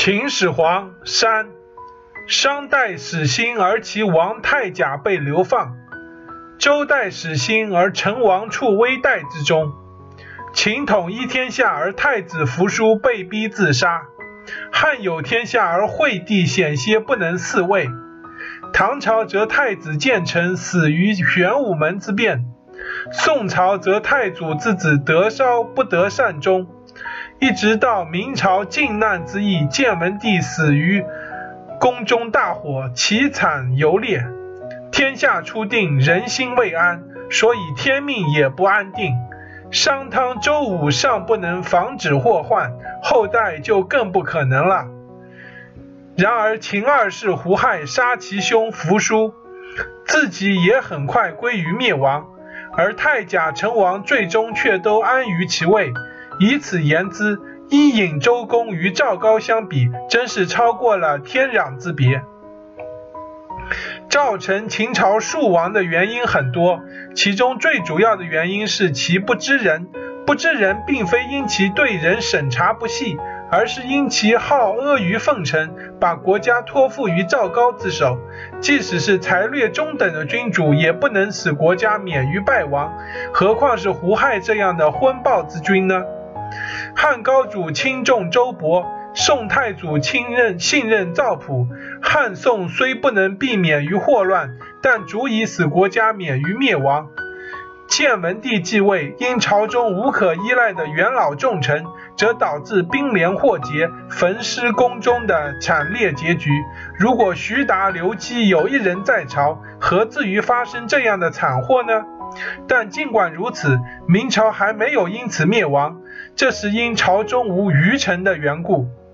秦始皇山，商代始兴而其王太甲被流放，周代始兴而成王处危殆之中，秦统一天下而太子扶苏被逼自杀，汉有天下而惠帝险些不能嗣位，唐朝则太子建成死于玄武门之变，宋朝则太祖之子德稍不得善终，一直到明朝靖难之役，建文帝死于宫中大火，其惨尤烈。天下初定，人心未安，所以天命也不安定。商汤周武尚不能防止祸患，后代就更不可能了。然而秦二世胡亥杀其兄扶苏，自己也很快归于灭亡，而太甲成王最终却都安于其位。以此言之，伊尹周公与赵高相比，真是超过了天壤之别。造成秦朝数亡的原因很多，其中最主要的原因是其不知人。不知人并非因其对人审查不细，而是因其好阿谀奉承，把国家托付于赵高之手。即使是才略中等的君主，也不能使国家免于败亡，何况是胡亥这样的昏暴之君呢？汉高祖轻重周勃，宋太祖信任赵普，汉宋虽不能避免于祸乱，但足以使国家免于灭亡。建文帝继位，因朝中无可依赖的元老重臣，则导致兵连祸结，焚尸宫中的惨烈结局。如果徐达、刘基有一人在朝，何至于发生这样的惨祸呢？但尽管如此，明朝还没有因此灭亡，这是因朝中无余臣的缘故。